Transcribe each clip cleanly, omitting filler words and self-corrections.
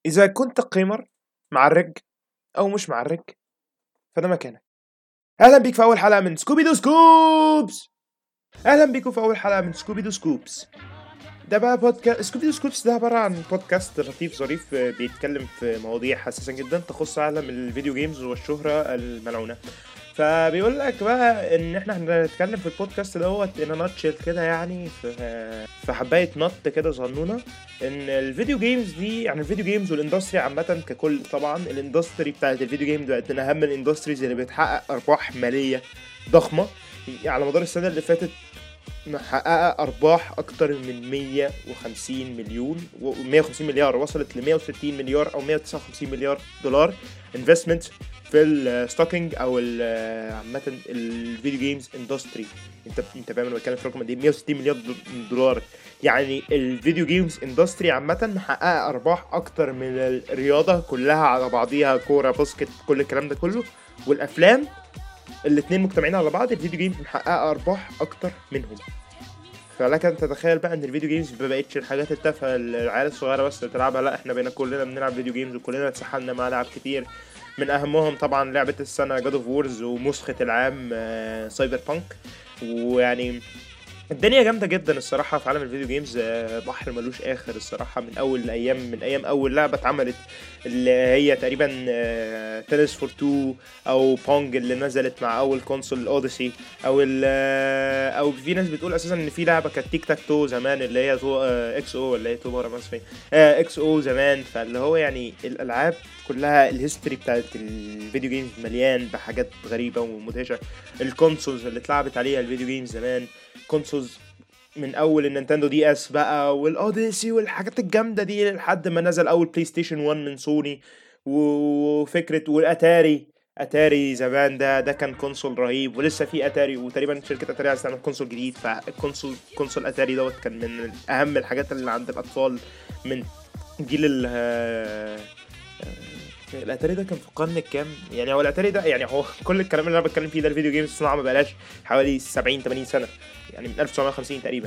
إذا كنت قيمر معرج أو مش معرج فده مكانك. أهلا بيك في أول حلقة من سكوبي دو سكوبس. أهلا بيكم في أول حلقة من سكوبي دو سكوبس. ده بقى بودكاست سكوبي دو سكوبس، ده عبارة عن بودكاست لطيف ظريف بيتكلم في مواضيع حساسة جدا تخص عالم الفيديو جيمز والشهرة الملعونة. فبيقول لك بقى ان احنا هنتكلم في البودكاست دوت ان ناتشل كده، يعني في حبايه نط كده صغنونه، ان الفيديو جيمز دي، يعني الفيديو جيمز والاندستري عامه ككل. طبعا الاندستري بتاعت الفيديو جيمز بقت من اهم الاندستريز اللي بتحقق ارباح ماليه ضخمه. على مدار السنه اللي فاتت محققه ارباح اكتر من 150 مليون و150 مليار، وصلت ل 160 مليار او 159 مليار دولار انفستمنت في الستوكينج او عامه الفيديو جيمز اندستري. انت فاهم انا بتكلم في رقم دي 160 مليار دولار. يعني الفيديو جيمز اندستري عامه محققه ارباح اكتر من الرياضه كلها على بعضيها، كوره باسكت كل الكلام ده كله، والافلام. الاتنين مجتمعين على بعض، الفيديو جيمز محققه ارباح اكتر منهم. فلك ان تتخيل بقى ان الفيديو جيمز ما بقتش الحاجات التافهه العيال الصغيره بس اللي تلعبها، لا احنا بقينا كلنا بنلعب فيديو جيمز وكلنا اتسحلنا مع لعب كتير. من اهمهم طبعا لعبه السنه جاد اوف وورز، ومسخه العام سايبر بانك. ويعني الدنيا جامده جدا الصراحه في عالم الفيديو جيمز، بحر ملوش اخر الصراحه. من ايام اول لعبه اتعملت، اللي هي تقريبا تنس فور تو، او بونج اللي نزلت مع اول كونسول اوديسي، او في ناس بتقول اساسا ان في لعبه كانت تيك تاك تو زمان، اللي هي تو اكس او، ولا هي تو بره مصر اكس او زمان. فاللي هو يعني الالعاب كلها، الهيستوري بتاعت الفيديو جيمز مليان بحاجات غريبه ومدهشه. الكونسولز اللي اتلعبت عليها الفيديو جيمز زمان، كونسولز من اول النينتندو دي اس بقى والاوديسي والحاجات الجامده دي، لحد ما نزل اول بلاي ستيشن 1 من سوني. وفكره اتاري زمان، ده كان كونسول رهيب، ولسه في اتاري، وتقريبا شركه اتاري عايزه تعمل كونسول جديد. كونسول اتاري دوت كان من اهم الحاجات اللي عند الاطفال من جيل الاتاري. ده كان في القرن الكام؟ يعني هو الاتاري ده، يعني هو كل الكلام اللي انا بتكلم فيه ده الفيديو جيمز الصناعه ما بقاش حوالي 70 80 سنه، يعني من 1950 تقريبا.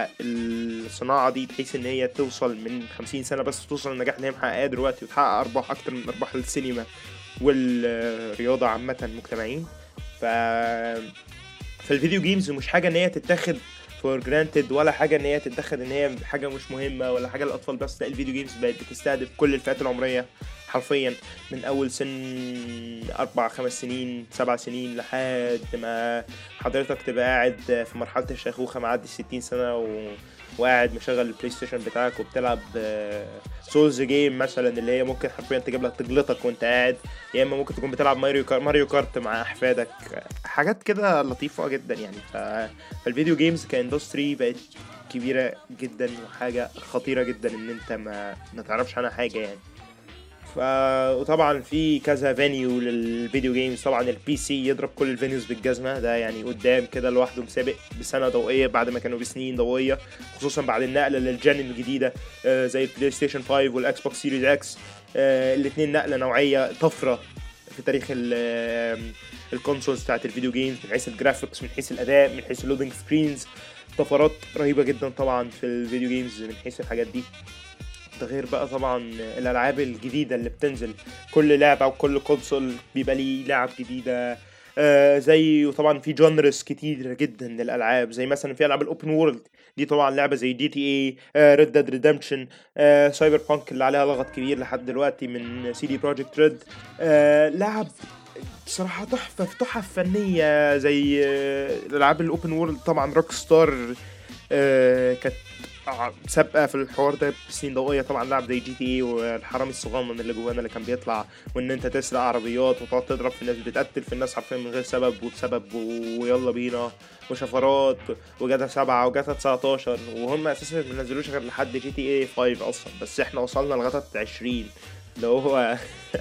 فالصناعه دي بحيث ان هي توصل من 50 سنه بس توصل للنجاح اللي هي محققاه دلوقتي، وتحقق ارباح اكتر من ارباح السينما والرياضه عامه مجتمعين. ف فالفيديو جيمز مش حاجه ان هي تتاخد فور جرانتد، ولا حاجه ان هي تتاخد ان هي حاجه مش مهمه، ولا حاجه للاطفال بس. لا، الفيديو جيمز بقت بتستهدف كل الفئات العمريه حرفيا، من اول سن 4 5 سنين 7 سنين لحد ما حضرتك تبقى قاعد في مرحله الشيخوخه معدي 60 سنه وقاعد مشغل البلاي ستيشن بتاعك وبتلعب سولز جيم مثلا، اللي هي ممكن حرفيا تجيب لك تجلطك وانت قاعد. يا اما ممكن تكون بتلعب ماريو كارت مع احفادك، حاجات كده لطيفة جدا يعني. فالفيديو جيمز كاندستري بقت كبيرة جدا وحاجة خطيرة جدا ان انت ما تعرفش عنها حاجة يعني. ف... وطبعا في كذا فينيو للفيديو جيمز. طبعا البي سي يضرب كل الفينيوز بالجزمة، ده يعني قدام كده لوحده مسابق بسنة ضوئية بعد ما كانوا بسنين ضوئية، خصوصا بعد النقلة للجن الجديدة زي البلاي ستيشن 5 والاكس بوكس سيريز اكس. الاتنين نقلة نوعية طفرة في تاريخ الكونسولز بتاعت الفيديو جيمز، من حيث الجرافيكس، من حيث الاداء، من حيث اللودنج سكرينز. طفرات رهيبة جدا طبعا في الفيديو جيمز من حيث الحاجات دي. ده غير بقى طبعا الالعاب الجديده اللي بتنزل، كل لعبه وكل كونسول بيبقى ليه لعب جديده. زي، وطبعا في جونرز كتير جدا للالعاب، زي مثلا في العاب الاوبن وورلد دي، طبعا لعبه زي جي تي اي، ريد ديد ريدمشن، سايبر بانك اللي عليها لغط كبير لحد دلوقتي من سي دي بروجكت ريد. لعب صراحة تحف فنية زي الألعاب الأوبن وورلد. طبعا روك ستار كانت سابقة في الحوار ده بسنين ضوئية. طبعا لعب زي جي تي اي والحرامي الصغنن اللي جوانا اللي كان بيطلع، وان انت تسرق عربيات وتقعد تضرب في الناس، بتقتل في الناس حرفيا من غير سبب وبسبب، ويلا بينا وشفرات. وجاتا 7 وجاتا 19، وهم اساسا ما نزلوش غير لحد جي تي اي 5 اصلا، بس احنا وصلنا لغاية 20 اللي هو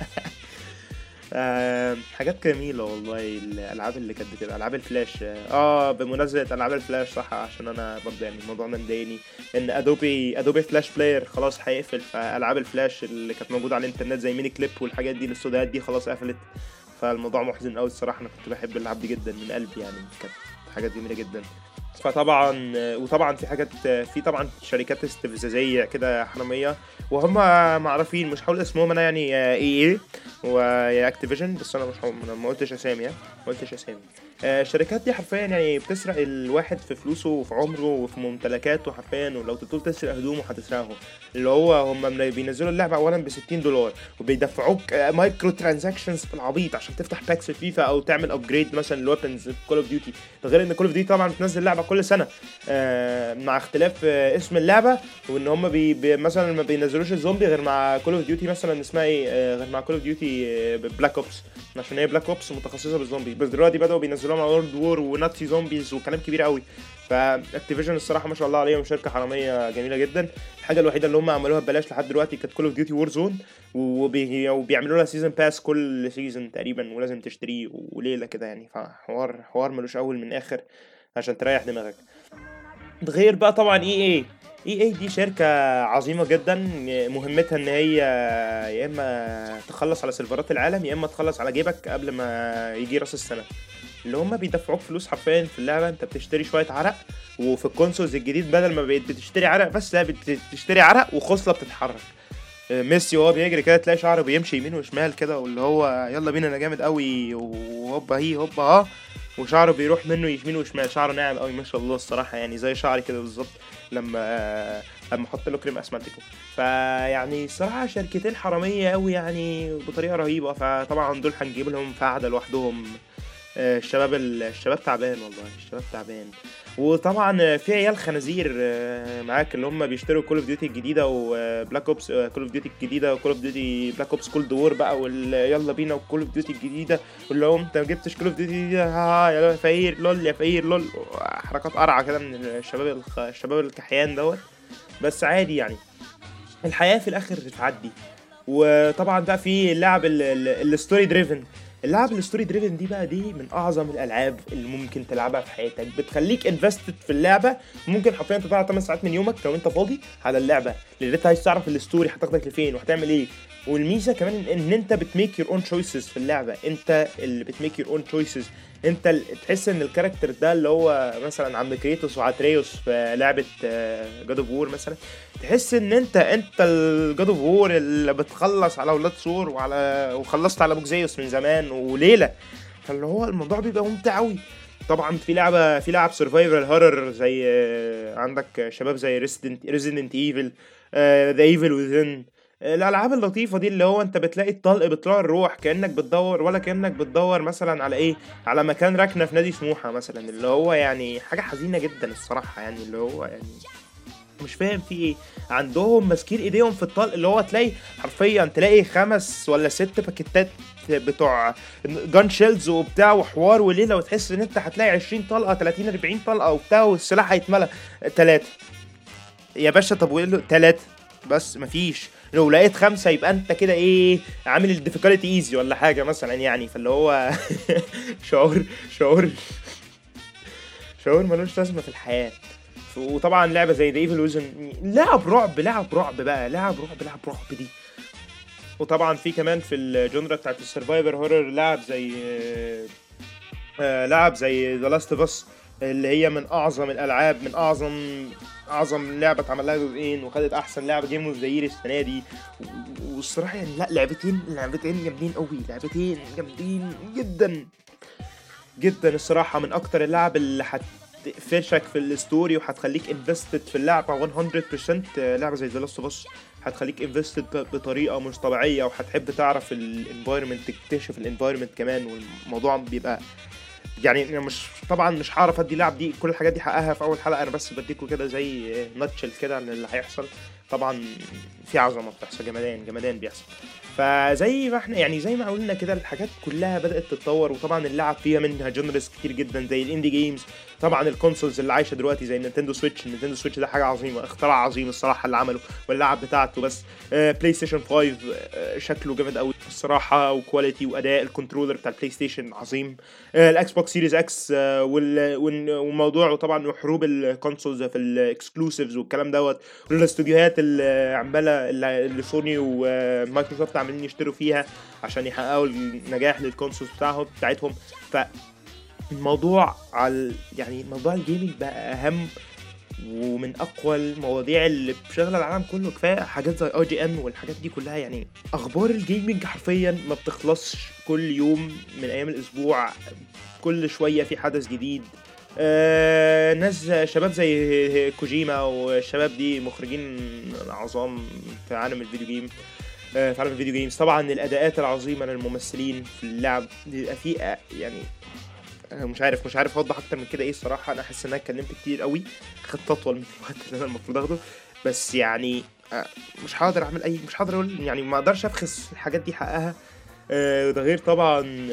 حاجات جميلة والله. الألعاب اللي كانت بتبقى ألعاب الفلاش، بمناسبة ألعاب الفلاش صح، عشان أنا برضه يعني الموضوع ده مضايقني إن أدوبي فلاش بلاير خلاص هيقفل. فألعاب الفلاش اللي كانت موجودة على الإنترنت زي ميني كليب والحاجات دي، الاستوديوهات دي خلاص قفلت. فالموضوع محزن أوي الصراحة، أنا كنت بحب اللعب دي جدا من قلبي، يعني كانت حاجات جميلة جدا. فطبعا وطبعا في حاجات، في طبعا شركات استفزازيه كده حراميه، وهم معروفين، مش هقول اسمهم انا يعني، اي ويا اكتيفيجن، بس انا مش أنا ما قلتش اسامي، ما قلتش اسامي. الشركات دي حرفيا يعني بتسرق الواحد في فلوسه وفي عمره وفي ممتلكاته حرفيا، ولو تطول تسرق هدومه هتسرقهم. اللي هو هم بينزلوا اللعبه اولا ب $60 وبيدفعوك مايكرو ترانزاكشنز في العبيط عشان تفتح باكس في فيفا او تعمل ابجريد مثلا الويبنز في كول اوف ديوتي. ده غير ان كول اوف ديوتي طبعا بتنزل لعبه كل سنه، مع اختلاف اسم اللعبه، وان هم مثلا ما بينزلوش الزومبي غير مع كول اوف ديوتي مثلا اسمها ايه، غير مع كول اوف ديوتي بلاك اوبس، عشان هي بلاك اوبس متخصصه بالزومبي. بس دلوقتي بداوا بينزلوها مع وورلد وور وناتسي زومبيز وكلام كبير قوي. فاكتيفيجن الصراحه ما شاء الله عليهم شركه حراميه جميله جدا. الحاجه الوحيده اللي هم عملوها ببلاش لحد دلوقتي كانت كول اوف ديوتي وور زون، وبيعملوا لها سيزون باس كل سيزون تقريبا، ولازم تشتريه وليله كده يعني. فحوار ملوش اول من اخر عشان تريح دماغك. ده غير بقى طبعا اي دي شركة عظيمة جدا، مهمتها ان هي يا اما تخلص على سيرفرات العالم يا اما تخلص على جيبك قبل ما يجي راس السنة. اللي هم بيدفعوك فلوس حرفيا في اللعبة، انت بتشتري شوية عرق، وفي الكونسولز الجديد بدل ما بتشتري عرق بس، لا بتشتري عرق وخصلة بتتحرك. ميسي وهو بيجري كده تلاقي شعره بيمشي يمين وشمال كده، واللي هو يلا بينا انا جامد قوي، وهوبا هي هوبا ها، وشعره بيروح منه يمين وشمال. شعره ناعم قوي ما شاء الله الصراحه، يعني زي شعري كده بالظبط لما احط له كريم اسمنتيكو. فيعني الصراحه شركتين حراميه قوي يعني بطريقه رهيبه. فطبعا دول هنجيب لهم في قعده لوحدهم. الشباب تعبان والله، الشباب تعبان. وطبعا في عيال خنازير معاك، اللي هم بيشتروا كول اوف ديوتي الجديده وبلاك اوبس، كول اوف ديوتي الجديده وكول اوف ديوتي بلاك اوبس كولد وور بقى، يلا بينا وكول اوف ديوتي الجديده، واللي هو انت ما جبتش كول اوف ديوتي ها يا فقير لول يا فقير لول. حركات قرعه كده من الشباب الكحيان دوت. بس عادي يعني، الحياه في الاخر بتعدي. وطبعا بقى في اللعب الستوري دريفن. اللعب الستوري دريفن دي بقى، دي من اعظم الالعاب اللي ممكن تلعبها في حياتك. بتخليك انفستد في اللعبه، ممكن حرفيا تضيع 8 ساعات من يومك لو انت فاضي على اللعبه، لان انت عايز تعرف الستوري هتاخدك لفين وهتعمل ايه. والميزه كمان ان انت بتميك يور اون تشويسز في اللعبه، انت اللي بتميك يور اون تشويسز. انت تحس ان الكاركتر ده اللي هو مثلا عم كريتوس وعتريوس في لعبه جاد اوف وور مثلا، تحس ان انت الجاد اوف وور اللي بتخلص على اولاد ثور وخلصت على بوكزيوس من زمان وليله. فاللي هو الموضوع بيبقى ممتع قوي. طبعا في لعب سرفايفل هورر زي عندك شباب زي ريزيدنت ايفل، ذا ايفل وذن. الالعاب اللطيفه دي اللي هو انت بتلاقي الطلق بيطلع الروح كانك بتدور، ولا كانك بتدور مثلا على ايه، على مكان ركنه في نادي سموحه مثلا. اللي هو يعني حاجه حزينه جدا الصراحه، يعني اللي هو يعني مش فاهم في ايه. عندهم ماسكين ايديهم في الطلق، اللي هو تلاقي حرفيا تلاقي 5 ولا 6 باكيتات بتوع جان شيلز وبتاع وحوار وليله، وتحس ان انت هتلاقي 20 طلقه 30 40 طلقه وبتاع، والسلاح هيتملى 3 يا باشا. طب وايه 3 بس؟ مفيش. لو لقيت 5 يبقى انت كده ايه، عامل الديفيكالتي ايزي ولا حاجه مثلا يعني. فاللي هو شعور شعور شعور ملوش لازمه في الحياه. وطبعا لعبه زي ذا ايفل ويزن، لعب رعب بقى، لعب رعب دي. وطبعا في كمان في الجونرا بتاعت السرفايفر هورر لعب زي ذا لاست اوف اس، اللي هي من اعظم الالعاب، من اعظم لعبه اتعمل لها جزئين، وخدت احسن لعبه جيم اوف ذا يير السنه دي. والصراحه يعني لا، لعبتين جامدين قوي، لعبتين جامدين جدا جدا الصراحه. من اكتر اللعب اللي هتقفشك في الستوري وهتخليك انفستد في اللعبه 100%. لعبه زي ذا لاست اوف اس هتخليك انفستد بطريقه مش طبيعيه، وهتحب تعرف الانفايرمنت، تكتشف الانفايرمنت كمان. والموضوع بيبقى يعني طبعا مش هعرف ادي لعب دي كل الحاجات دي حققها في اول حلقه، انا بس بديكوا كده زي ناتشل كده عن اللي هيحصل. طبعا في عظمه بتحصل، جمدان بيحصل. فزي ما احنا يعني زي ما قلنا كده، الحاجات كلها بدات تتطور، وطبعا اللعب فيها منها جنرز كتير جدا زي الاندي جيمز. طبعا الكونسولز اللي عايشه دلوقتي زي النينتندو سويتش ده حاجه عظيمه، اختراع عظيم الصراحه اللي عمله، واللعب بتاعته بس. بلاي ستيشن 5 شكله جامد قوي الصراحه، وكواليتي واداء الكنترولر بتاع البلاي ستيشن عظيم. الاكس بوكس سيريز اكس وموضوع طبعا وحروب الكونسولز في الاكسكلوسيفز والكلام دوت، والاستوديوهات اللي عماله اللي سوني ومايكروسوفت عاملين يشتروا فيها عشان يحققوا النجاح للكونسولز بتاعتهم. ف الموضوع يعني موضوع الجيمنج بقى اهم ومن اقوى المواضيع اللي بشغل العالم كله. كفايه حاجات زي اي جي ان والحاجات دي كلها، يعني اخبار الجيمنج حرفيا ما بتخلصش، كل يوم من ايام الاسبوع كل شويه في حدث جديد. ناس شباب زي كوجيما والشباب دي مخرجين عظام في عالم الفيديو جيم. في عالم الفيديو جيمز طبعا الاداءات العظيمه للممثلين في اللعب بيبقى فيه يعني مش عارف اوضح اكتر من كده ايه الصراحه. انا حاسس ان انا اتكلمت كتير قوي، خدت اطول من الوقت اللي انا المفروض اخده. بس يعني مش هقدر اقول، يعني ما اقدرش ابخس الحاجات دي حقها. ده غير طبعا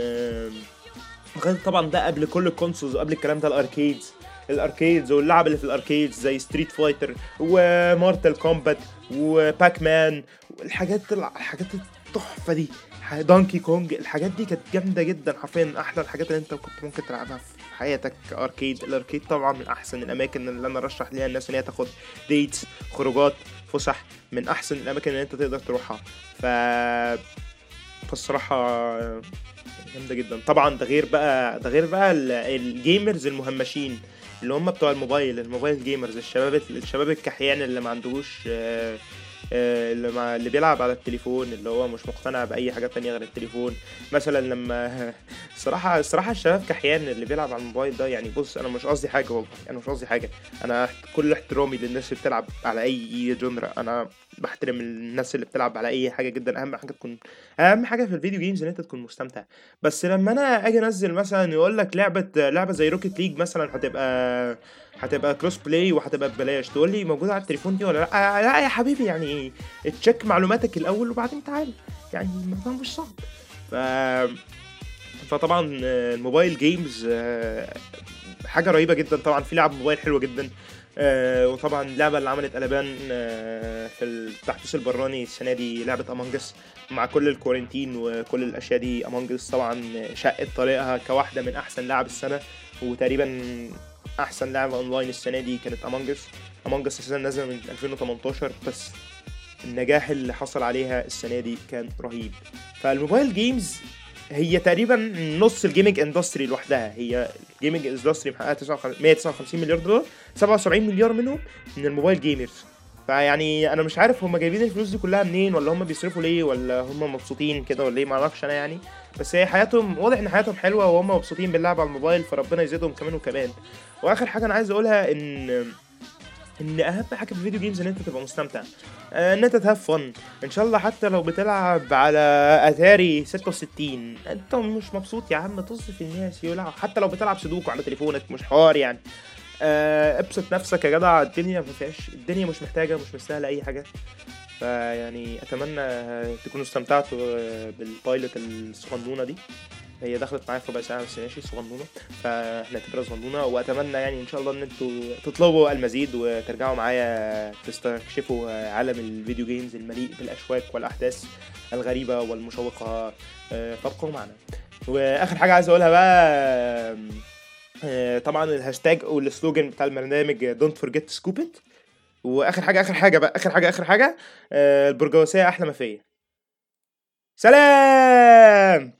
ده قبل كل الكونسولز وقبل الكلام ده الاركيدز واللعب اللي في الاركيدز زي ستريت فايتر ومارتل كومبات وباك مان والحاجات التحفه دي، دونكي كونج. الحاجات دي كانت جامده جدا، حرفيا من احلى الحاجات اللي انت كنت ممكن تلعبها في حياتك. الاركيد طبعا من احسن الاماكن اللي انا ارشح ليها الناس ان هي تاخد ديتس، خروجات، فسح، من احسن الاماكن اللي انت تقدر تروحها. فالصراحه جامده جدا طبعا. ده غير بقى الجيمرز المهمشين اللي هم بتوع الموبايل جيمرز، الشباب الكحيان اللي ما عندهوش اللي بيلعب على التليفون، اللي هو مش مقتنع باي حاجه تانية غير التليفون. مثلا لما الصراحه الشباب كحيان اللي بيلعب على الموبايل ده، يعني بص انا مش قصدي حاجه والله، انا مش قصدي حاجه. انا كل احترامي للناس اللي بتلعب على اي جونرا، انا بحترم الناس اللي بتلعب على اي حاجه جدا. اهم حاجه في الفيديو جيمز ان انت تكون مستمتع. بس لما انا اجي انزل مثلا يقول لك لعبه زي روكيت ليج مثلا هتبقى كروس بلاي وهتبقى ببلاش، تقول لي موجوده على التليفون دي ولا لا؟ لا يا حبيبي، يعني تشيك معلوماتك الاول وبعدين تعال، يعني الموضوع مش صعب. ف فطبعا الموبايل جيمز حاجه رهيبه جدا. طبعا في لعب موبايل حلوه جدا. وطبعا اللعبه اللي عملت قلبان في التحديث البراني السنه دي لعبه امونجس، مع كل الكورنتين وكل الاشياء دي. امونجس طبعا شقت طريقها كواحده من احسن لعب السنه، وتقريبا احسن لعبه اونلاين السنه دي كانت امونجس اساسا نازله من 2018، بس النجاح اللي حصل عليها السنه دي كان رهيب. فالموبايل جيمز هي تقريبا نص الجيمنج اندستري لوحدها. هي الجيمنج اندستري محققه 159 مليار دولار، 77 مليار منهم من الموبايل جيمرز. فيعني انا مش عارف هم جايبين الفلوس دي كلها منين، ولا هم بيصرفوا ليه، ولا هم مبسوطين كده ولا ايه، ما اعرفش انا يعني. بس هي حياتهم واضح ان حياتهم حلوه وهم مبسوطين باللعب على الموبايل، فربنا يزيدهم كمان وكمان. واخر حاجه انا عايز اقولها ان اهم حاجه في الفيديو جيمز ان انت تبقى مستمتع، ان انت تهاف فن. ان شاء الله حتى لو بتلعب على اتاري 66 انت مش مبسوط يا عم، طز في الناس يلعب. حتى لو بتلعب سودوكو على تليفونك مش حوار يعني. ابسط نفسك يا جدع، الدنيا مش محتاجه، مش مستاهله اي حاجه. فيعني اتمنى تكونوا استمتعتوا بالبايلوت الصغنونه دي. هي دخلت معايا في ربع ساعه بس ماشي، صغنونه فاحنا نعتبرها صغنونه. واتمنى يعني ان شاء الله ان انتوا تطلبوا المزيد وترجعوا معايا تستكشفوا عالم الفيديو جيمز المليء بالاشواك والاحداث الغريبه والمشوقه. فابقوا معنا. واخر حاجه عايز اقولها بقى، طبعا الهاشتاج او السلوجان بتاع البرنامج don't forget to scoop it. واخر حاجه البرجوازيه احلى ما فيا. سلام.